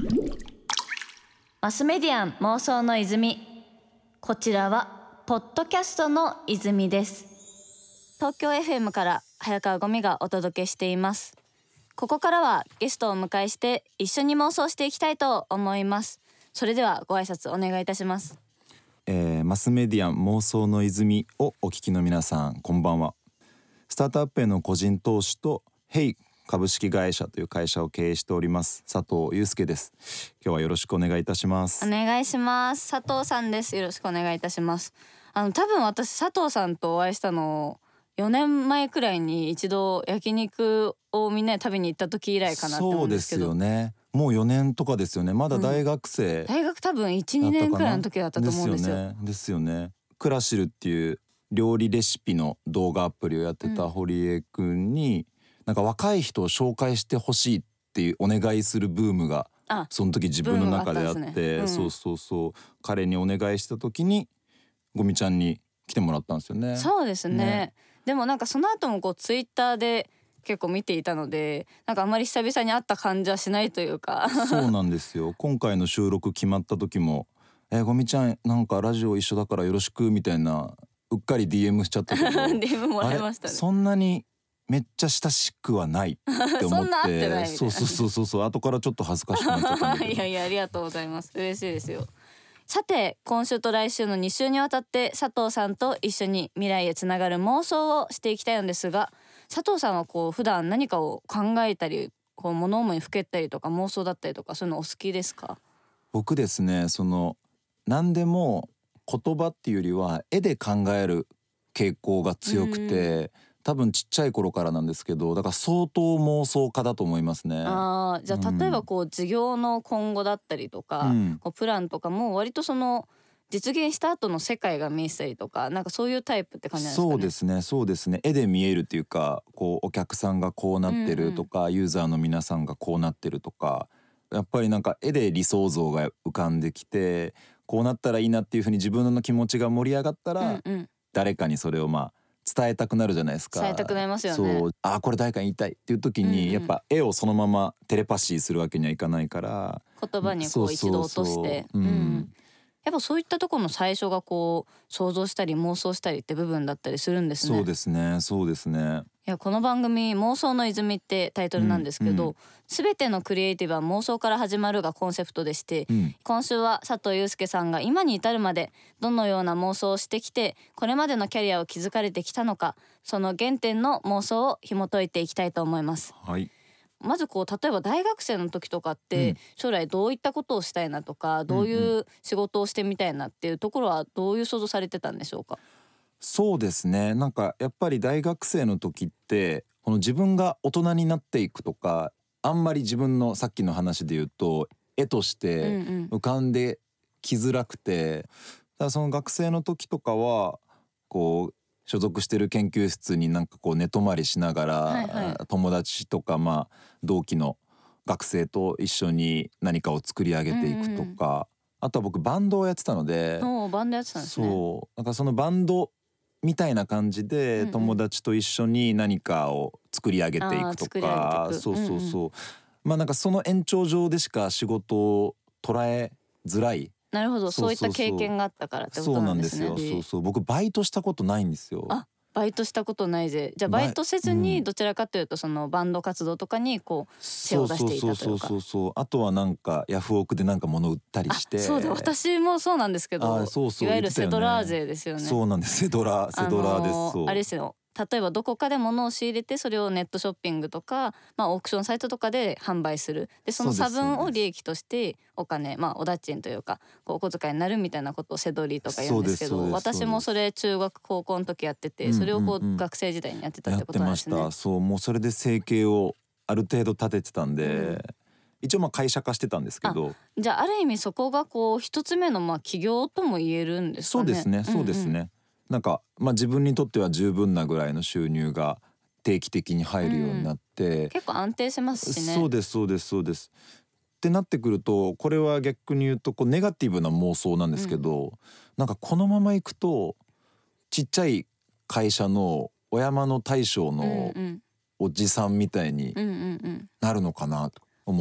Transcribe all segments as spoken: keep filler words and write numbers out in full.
マスメディアン妄想の泉。こちらはポッドキャストの泉です。東京 エフエム から早川ゴミがお届けしています。ここからはゲストをお迎えして一緒に妄想していきたいと思います。それではご挨拶お願いいたします。 えー、マスメディアン妄想の泉をお聞きの皆さん、こんばんは。スタートアップへの個人投資とヘイ株式会社という会社を経営しております佐藤祐介です。今日はよろしくお願いいたします。 お願いします。佐藤さんです。よろしくお願いいたします。あの多分私佐藤さんとお会いしたのよねんまえくらいに一度焼肉をみんなで食べに行った時以来かなって思うんですけど。 そうですよね。もうよねんとかですよね。まだ大学生、 うん、大学多分 いちにねんくらいの時だったと思うんですよ。 ですよね。ですよね。クラシルっていう料理レシピの動画アプリをやってた堀江くんに、なんか若い人を紹介してほしいっていうお願いするブームがその時自分の中であって、ねうん、そうそうそう彼にお願いした時にゴミちゃんに来てもらったんですよね。 そうです ね, ねでもなんかその後もこうツイッターで結構見ていたので、なんかあまり久々に会った感じはしないというかそうなんですよ。今回の収録決まった時もえゴミちゃんなんかラジオ一緒だからよろしくみたいなうっかり ディーエム しちゃったけどディーエム もらいましたね。 そんなにめっちゃ親しくはないって思ってそんな会ってないみたいな。 そうそうそうそうそう後からちょっと恥ずかしくなっちゃったんだけどいやいやありがとうございます。嬉しいですよ。さて今週と来週のに週にわたって佐藤さんと一緒に未来へつながる妄想をしていきたいのですが、佐藤さんはこう普段何かを考えたりこう物思いにふけったりとか妄想だったりとかそういうのお好きですか？ 僕ですね、その何でも言葉っていうよりは絵で考える傾向が強くて、多分ちっちゃい頃からなんですけど、だから相当妄想家だと思いますね。 あーじゃあ例えばこう事業の今後だったりとか、うん、こうプランとかも割とその実現した後の世界が見えたりとか、なんかそういうタイプって感じなんですかね。 そうですねそうですね絵で見えるっていうか、こうお客さんがこうなってるとか、うんうん、ユーザーの皆さんがこうなってるとか、やっぱりなんか絵で理想像が浮かんできて、こうなったらいいなっていうふうに自分の気持ちが盛り上がったら、うんうん、誰かにそれをまあ伝えたくなるじゃないですか。 伝えたくなりますよね。 そうあこれ誰かに言いたいっていう時に、うんうん、やっぱ絵をそのままテレパシーするわけにはいかないから、 言葉にこう一度落として、うん、やっぱそういったところの最初がこう想像したり妄想したりって部分だったりするんですね。 そうですねそうですね。 いやこの番組妄想の泉ってタイトルなんですけど、すべ、うんうん、てのクリエイティブは妄想から始まるがコンセプトでして、うん、今週は佐藤祐介さんが今に至るまでどのような妄想をしてきてこれまでのキャリアを築かれてきたのか、その原点の妄想を紐解いていきたいと思います。 はい。 まずこう例えば大学生の時とかって、うん、将来どういったことをしたいなとか、どういう仕事をしてみたいなっていうところはどういう想像されてたんでしょうか？ そうですね、なんかやっぱり大学生の時ってこの自分が大人になっていくとか、あんまり自分のさっきの話で言うと絵として浮かんできづらくて、うんうん、だからその学生の時とかはこう所属してる研究室になんかこう寝泊まりしながら、はいはい、友達とかまあ同期の学生と一緒に何かを作り上げていくとか、うんうん、あとは僕バンドをやってたので、 バンドやってたんですね。 そうなんかそのバンドみたいな感じで友達と一緒に何かを作り上げていくとか、うんうん、そうそうそう、うんうん、まあなんかその延長上でしか仕事を捉えづらい。 なるほど、そういった経験があったからってことなんですね。 そうなんですよ。そうそう、僕バイトしたことないんですよ。 あ、バイトしたことないぜ。じゃあバイトせずにどちらかというとそのバンド活動とかにこう手を出していたというか。 そうそうそうそうそう。あとはなんかヤフオクでなんか物売ったりして。 そうだ、私もそうなんですけど、そうそう、いわゆるセドラー勢ですよね。 そうなんです、セドラセドラーです。あのー、 そうあれですよ、例えばどこかで物を仕入れてそれをネットショッピングとか、まあ、オークションサイトとかで販売する。でその差分を利益としてお金、まあ、お家賃というかこうお小遣いになるみたいなことをセドリとか言うんですけど、私もそれ中学高校の時やってて、それをこう学生時代にやってたってことなんですね。 やってました。そう、もうそれで生計をある程度立ててたんで、うん、一応まあ会社化してたんですけど、 じゃあある意味そこがこう一つ目のまあ起業とも言えるんですかね。 そうですねそうですね、うんうん、なんか、まあ、自分にとっては十分なぐらいの収入が定期的に入るようになって、うん、 結構安定しますしね。 そうですそうですそうです。ってなってくると、これは逆に言うとこうネガティブな妄想なんですけど、うん、なんかこのままいくとちっちゃい会社のお山の大将のおじさんみたいになるのかなと思っちゃっ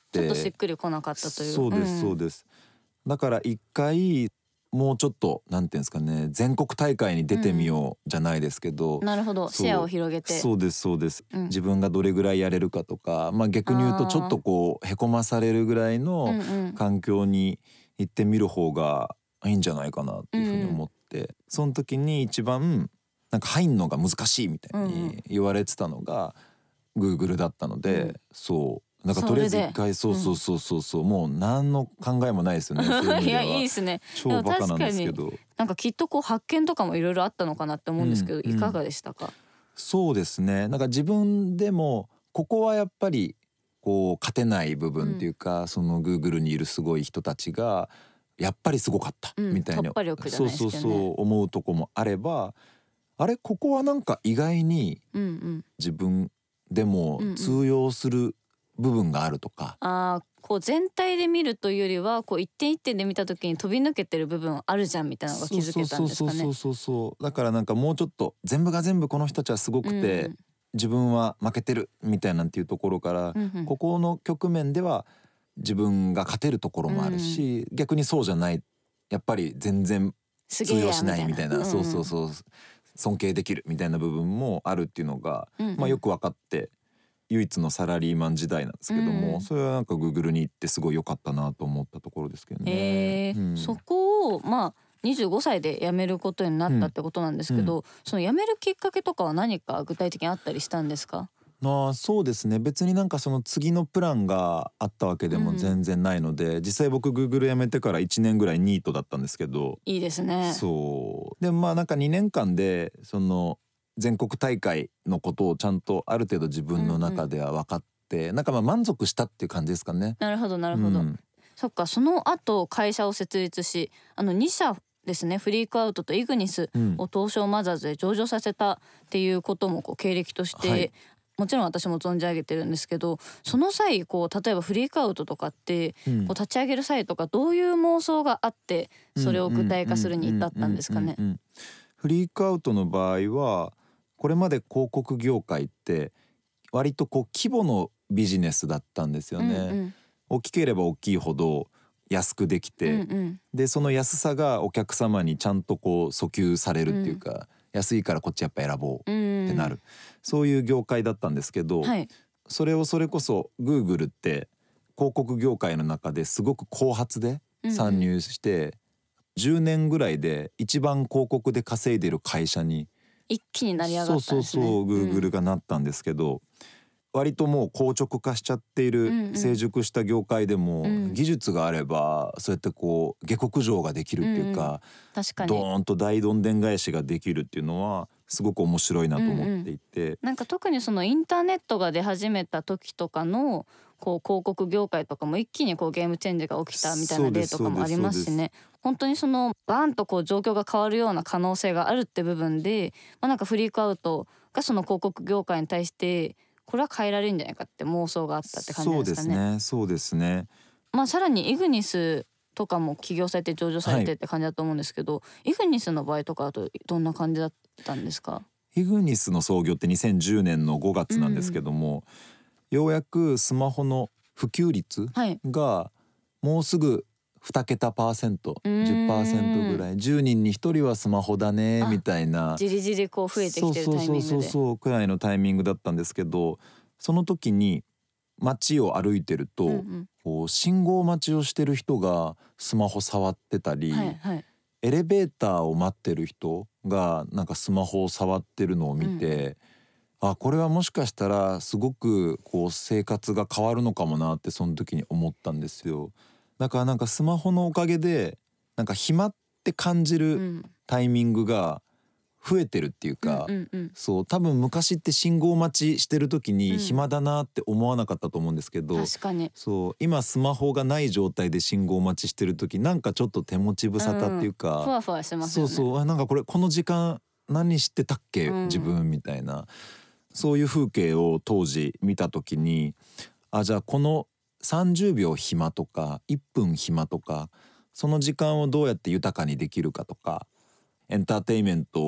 ちょっとしっくりこなかったという。 そうですそうです、うん、だから一回もうちょっとなんていうんですかね、全国大会に出てみようじゃないですけど、 うん、なるほど、視野を広げて。 そうですそうです、 うん、 自分がどれぐらいやれるかとか、まあ逆に言うとちょっとこうへこまされるぐらいの環境に行ってみる方がいいんじゃないかなっていうふうに思って、うんうん、その時に一番なんか入んのが難しいみたいに言われてたのが Google だったので、うん、そうなんかとりあえず一回そうそうそうそうそう、うん、もう何の考えもないですよねそういう意味では。いやいいですね。超バカなんですけど、 なんかきっとこう発見とかもいろいろあったのかなって思うんですけど、うん、いかがでしたか？うん、 そうですね、なんか自分でもここはやっぱりこう勝てない部分っていうか、うん、その Google にいるすごい人たちがやっぱりすごかったみたいな、うん、突破力じゃないですけどね、そうそうそう思うとこもあれば、あれここはなんか意外に自分でも通用する部分があるとか、 うんうん、あこう全体で見るというよりはこう一点一点で見た時に飛び抜けてる部分あるじゃんみたいなのが気づけたんですかね。 そうそうそうそうだからなんかもうちょっと全部が全部この人たちはすごくて、うん、自分は負けてるみたいなんていうところから、うんうん、ここの局面では自分が勝てるところもあるし、うん、逆にそうじゃない、やっぱり全然通用しないみたいな、うん、そうそうそう尊敬できるみたいな部分もあるっていうのが、うんうん、まあ、よく分かって唯一のサラリーマン時代なんですけども、うん、それはなんか Google に行ってすごい良かったなと思ったところですけどね。 えーうん、そこをまあにじゅうごさいで辞めることになったってことなんですけど、うんうん、その辞めるきっかけとかは何か具体的にあったりしたんですか？ あそうですね、別になんかその次のプランがあったわけでも全然ないので、うん、実際僕 Google 辞めてからいちねんぐらいニートだったんですけど。 いいですね。 そうでまあなんかにねんかんでその全国大会のことをちゃんとある程度自分の中では分かって、うんうん、なんかまあ満足したっていう感じですかね。 なるほどなるほど、うん、そっか。その後会社を設立し、あのに社ですね、フリークアウトとイグニスを東証マザーズで上場させたっていうこともこう経歴として、はい、もちろん私も存じ上げてるんですけど、その際こう例えばフリークアウトとかって、うん、こう立ち上げる際とかどういう妄想があってそれを具体化するに至ったんですかね。 フリークアウトの場合はこれまで広告業界って割とこう規模のビジネスだったんですよね。うんうん、大きければ大きいほど安くできて、うんうん、でその安さがお客様にちゃんとこう訴求されるっていうか、うん、安いからこっちやっぱ選ぼうってなる、うん、そういう業界だったんですけど、はい、それをそれこそ Google って広告業界の中ですごく後発で参入して、うんうん、じゅうねんぐらいで一番広告で稼いでる会社に一気になり上がったんですね。 そうそうそう Google がなったんですけど、うん、割ともう硬直化しちゃっている成熟した業界でも、うんうん、技術があればそうやってこう下克上ができるっていうか、 うんうん、確かにドーンと大どんでん返しができるっていうのはすごく面白いなと思っていて、うんうん、 なんか特にそのインターネットが出始めた時とかのこう広告業界とかも一気にこうゲームチェンジが起きたみたいな例とかもありますしね。本当にそのバーンとこう状況が変わるような可能性があるって部分で、まあ、なんかフリークアウトがその広告業界に対してこれは変えられるんじゃないかって妄想があったって感じですかね。 そうですね、そうですね。 まあさらにイグニスとかも起業されて上場されてって感じだと思うんですけど、はい、イグニスの場合とかだとどんな感じだったんですか？ イグニスの創業ってにせんじゅうねんのごがつなんですけども、うん、ようやくスマホの普及率がもうすぐに桁パーセント じゅっパーセント ぐらい、じゅうにんにひとりはスマホだねみたいな、 じりじりこう増えてきてるタイミングで、 そうそうそうそうくらいのタイミングだったんですけど、その時に街を歩いてると、うんうん、こう信号待ちをしてる人がスマホ触ってたり、はいはい、エレベーターを待ってる人がなんかスマホを触ってるのを見て、うん、あこれはもしかしたらすごくこう生活が変わるのかもなってその時に思ったんですよ。だからなんかスマホのおかげでなんか暇って感じるタイミングが増えてるっていうか、うんうんうん、そう多分昔って信号待ちしてる時に暇だなって思わなかったと思うんですけど、 うん、確かにそう今スマホがない状態で信号待ちしてる時なんかちょっと手持ち無沙汰っていうか、 うん、ふわふわしてますよね。 そうそうなんかこれこの時間何してたっけ、うん、自分みたいな、そういう風景を当時見た時に、あじゃあこのさんじゅうびょう暇とかいっぷん暇とかその時間をどうやって豊かにできるかとかエンターテインメントを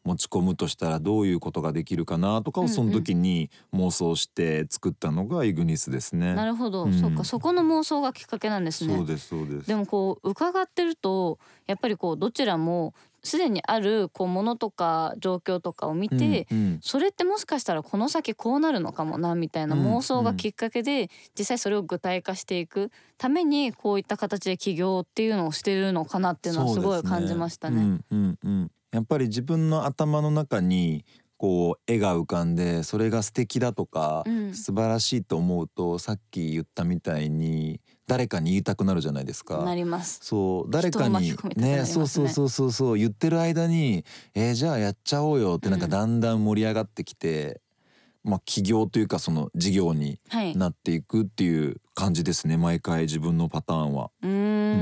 持ち込むとしたらどういうことができるかなとかをその時に妄想して作ったのがイグニスですね。 なるほど、 うん、 そうか、そこの妄想がきっかけなんですね。 そうですそうです。 でもこう伺ってるとやっぱりこうどちらもすでにあるこうものとか状況とかを見て、 うんうん、 それってもしかしたらこの先こうなるのかもなみたいな妄想がきっかけで、実際それを具体化していくためにこういった形で起業っていうのをしてるのかなっていうのはすごい感じましたね。 うんうんうん、やっぱり自分の頭の中にこう絵が浮かんでそれが素敵だとか、 うん、 素晴らしいと思うとさっき言ったみたいに誰かに言いたくなるじゃないですか。 なります。 そう誰かに人を巻き込みたくなりますね。 ね、そうそうそうそうそう言ってる間にえー、じゃあやっちゃおうよってなんかだんだん盛り上がってきて、うん、まあ起業というかその事業になっていくっていう感じですね、はい、毎回自分のパターンは。 うーん、うん、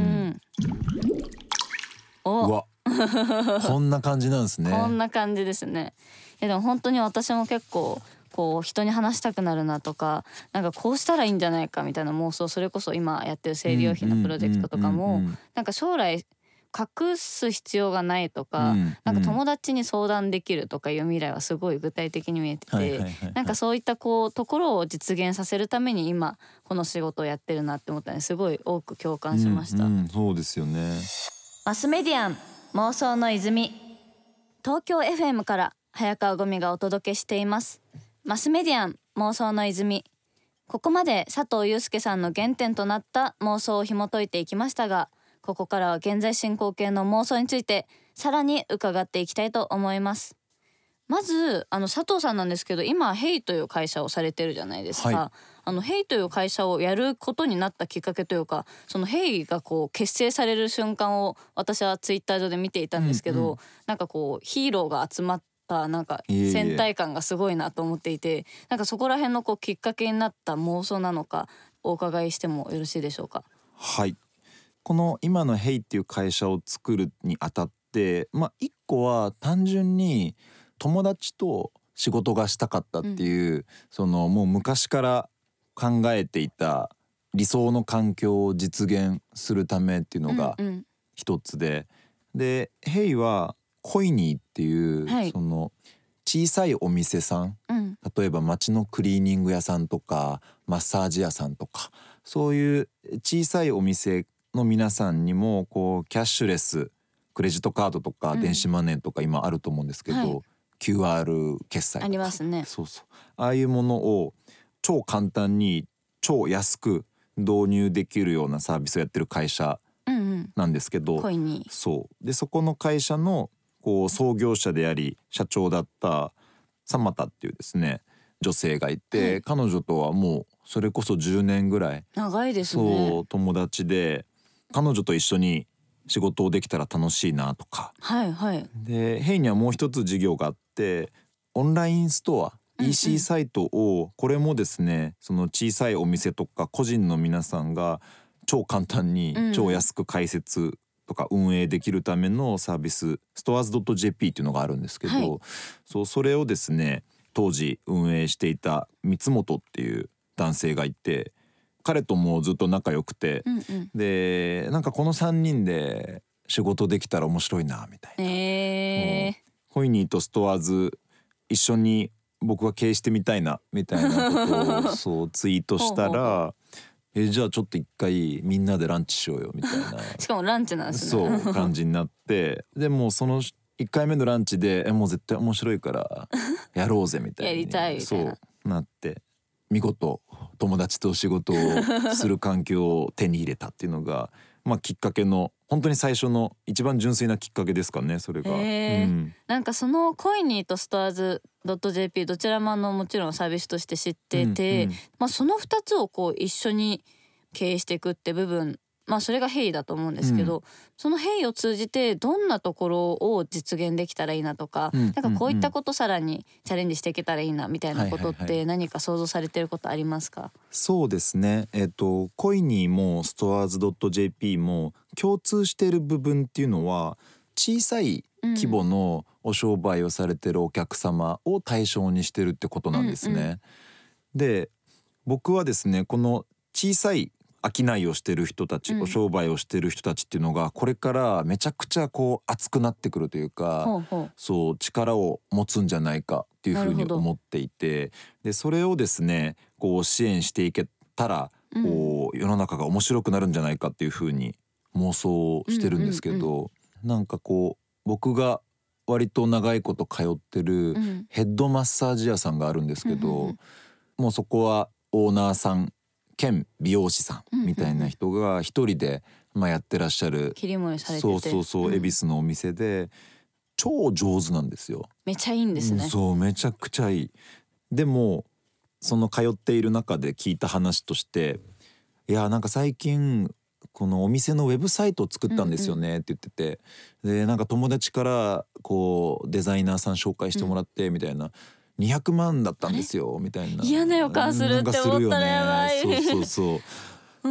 おうわこんな感じなんですね。 こんな感じですね。いやでも本当に私も結構こう人に話したくなるなとか、なんかこうしたらいいんじゃないかみたいな妄想、それこそ今やってる生理用品のプロジェクトとかもなんか将来隠す必要がないとか、うん、なんか友達に相談できるとかいう未来はすごい具体的に見えてて、なんかそういったこうところを実現させるために今この仕事をやってるなって思ったのですごい多く共感しました。 うんうん、そうですよね。 マスメディアン妄想の泉、東京 エフエム から早川ゴミがお届けしていますマスメディアン妄想の泉。ここまで佐藤祐介さんの原点となった妄想を紐解いていきましたが、ここからは現在進行形の妄想についてさらに伺っていきたいと思います。まずあの佐藤さんなんですけど、今ヘイという会社をされてるじゃないですか、はい、あのヘイという会社をやることになったきっかけというか、そのヘイがこう結成される瞬間を私はツイッター上で見ていたんですけど、うんうん、なんかこうヒーローが集まったなんか戦隊感がすごいなと思っていて、いえいえ、なんかそこら辺のこうきっかけになった妄想なのかお伺いしてもよろしいでしょうか。 はい、この今のヘイっていう会社を作るにあたって、まあ一個は単純に友達と仕事がしたかったっていう、うん、そのもう昔から考えていた理想の環境を実現するためっていうのが一つで、うんうん、でヘイはコイニーっていう、はい、その小さいお店さん、うん、例えば街のクリーニング屋さんとかマッサージ屋さんとかそういう小さいお店の皆さんにもこうキャッシュレスクレジットカードとか電子マネーとか今あると思うんですけど、うん、はい、キューアール 決済とかありますね。 そうそう、ああいうものを超簡単に超安く導入できるようなサービスをやってる会社なんですけど、 うんうん、 そうでそこの会社のこう創業者であり社長だったサマタっていうですね女性がいて、はい、彼女とはもうそれこそじゅうねんぐらい長いですね。 そう友達で、彼女と一緒に仕事をできたら楽しいなとか、 はいはい、 でヘイにはもう一つ事業があって、オンラインストア、うんうん、イーシー サイトをこれもですねその小さいお店とか個人の皆さんが超簡単に超安く開設とか運営できるためのサービス、ストアーズ ドット ジェーピー っていうのがあるんですけど、はい、そうそれをですね当時運営していた三本っていう男性がいて、彼ともずっと仲良くて、うんうん、でなんかこのさんにんで仕事できたら面白いなみたいな、 えー、 コイニーとストアーズ一緒に僕は経営してみたいなみたいなことをそうツイートしたらほうほうほう、えじゃあちょっと一回みんなでランチしようよみたいなしかもランチなんですね。 そう感じになってでもそのいっかいめのランチでえもう絶対面白いからやろうぜみたいにやりたいみたいなそうなって、見事友達と仕事をする環境を手に入れたっていうのがまあきっかけの本当に最初の一番純粋なきっかけですかね、それが。 へー、うん、なんかそのコイニーとストアーズ ドット ジェーピー どちらもあのもちろんサービスとして知ってて、うんうん、まあ、そのふたつをこう一緒に経営していくって部分、まあそれがヘイだと思うんですけど、うん、そのヘイを通じてどんなところを実現できたらいいなとか、うん、なんかこういったことさらにチャレンジしていけたらいいなみたいなことって何か想像されてることありますか？はいはいはい、 そうですね、えっとコイニーもストアーズ ドット ジェーピー も共通している部分っていうのは小さい規模のお商売をされてるお客様を対象にしてるってことなんですね。うんうん、で僕はですねこの小さい商いをしてる人たち、うん、お商売をしてる人たちっていうのがこれからめちゃくちゃこう熱くなってくるというか、ほうほう、そう力を持つんじゃないかっていうふうに思っていて、でそれをですねこう支援していけたらこう、うん、世の中が面白くなるんじゃないかっていうふうに妄想してるんですけど、うんうんうん、なんかこう僕が割と長いこと通ってるヘッドマッサージ屋さんがあるんですけど、うんうんうん、もうそこはオーナーさん兼美容師さんみたいな人が一人でまあやってらっしゃる、 切り盛りされてて、 そうそうそう、恵比寿のお店で超上手なんですよ。 めちゃいいんですね。 そうめちゃくちゃいい。でもその通っている中で聞いた話として、いやなんか最近このお店のウェブサイトを作ったんですよねって言ってて、うんうん、でなんか友達からこうデザイナーさん紹介してもらってみたいな、うん、にひゃくまんだったんですよみたいな。 嫌な予感するって思ったらやばい。 そうそうそううん、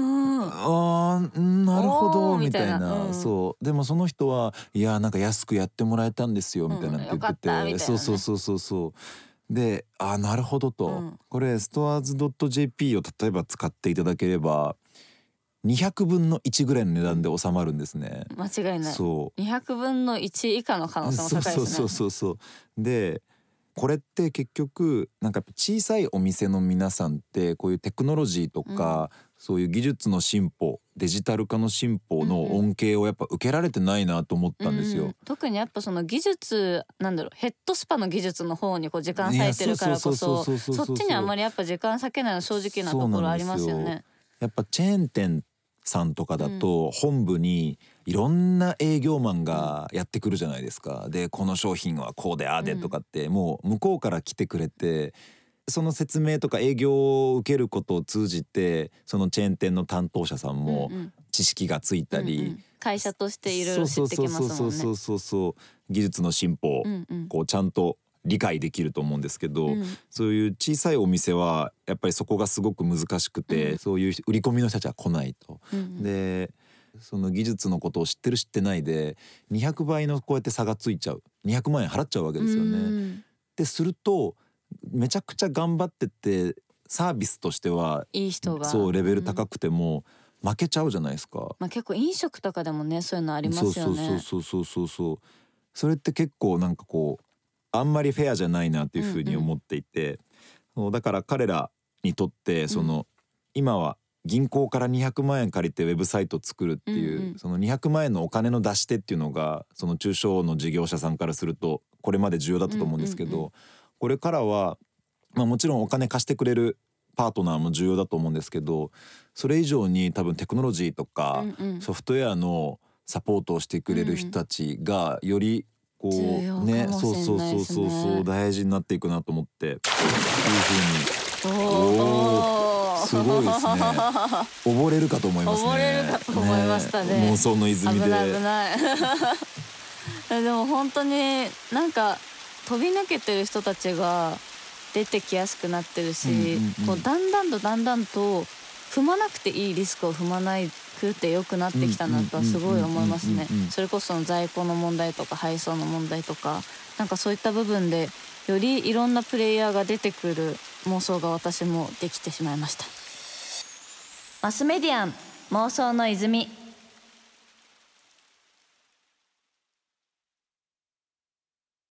あーなるほどみたいな、うん、そうでもその人はいやなんか安くやってもらえたんですよみたいなって言ってて、うんね、そうそうそうそうそうで、あなるほどと、うん、これストアーズ .jp を例えば使っていただければにひゃくぶんのいちぐらいの値段で収まるんですね。 間違いない。 そうにひゃくぶんのいち以下の可能性も高いですね。 そうそうそうそうでこれって結局なんかやっぱ小さいお店の皆さんってこういうテクノロジーとか、うん、そういう技術の進歩デジタル化の進歩の恩恵をやっぱ受けられてないなと思ったんですよ、うん、 特にやっぱその技術なんだろうヘッドスパの技術の方にこう時間割いてるからこそそっちにあまりやっぱ時間割けないの正直なところありますよね。 やっぱチェーン店さんとかだと本部にいろんな営業マンがやってくるじゃないですか。でこの商品はこうでああでとかってもう向こうから来てくれて、その説明とか営業を受けることを通じてそのチェーン店の担当者さんも知識がついたり、うんうん、 会社としていろいろ知ってきますもんね。 そうそうそうそう技術の進歩をこうちゃんと理解できると思うんですけど、うん、そういう小さいお店はやっぱりそこがすごく難しくて、うん、そういう売り込みの人たちは来ないと、うん、でその技術のことを知ってる知ってないでにひゃくばいのこうやって差がついちゃう、にひゃくまんえん払っちゃうわけですよね、うん、でするとめちゃくちゃ頑張っててサービスとしてはいい人がそうレベル高くても負けちゃうじゃないですか、 まあ、結構飲食とかでもねそういうのありますよね。 そうそうそうそうそうそうそれって結構なんかこうあんまりフェアじゃないなっていうふうに思っていて、うんうん、だから彼らにとってその、うん、今は銀行からにひゃくまんえん借りてウェブサイトを作るっていう、うんうん、そのにひゃくまんえんのお金の出し手っていうのがその中小の事業者さんからするとこれまで重要だったと思うんですけど、うんうんうん、これからは、まあ、もちろんお金貸してくれるパートナーも重要だと思うんですけど、それ以上に多分テクノロジーとか、うんうん、ソフトウェアのサポートをしてくれる人たちがよりこうね、そうそうそうそうそう大事になっていくなと思っていうふうにおーすごいですね溺れるかと思いますね。 溺れるかと思いましたね、 妄想の泉で危ない危ないでも本当になんか飛び抜けてる人たちが出てきやすくなってるし、うんうんうん、こうだんだんとだんだんと踏まなくていいリスクを踏まないくて良くなってきたなとはすごい思いますね。それこその在庫の問題とか配送の問題とかなんかそういった部分でよりいろんなプレイヤーが出てくる妄想が私もできてしまいました。マスメディアン妄想の泉。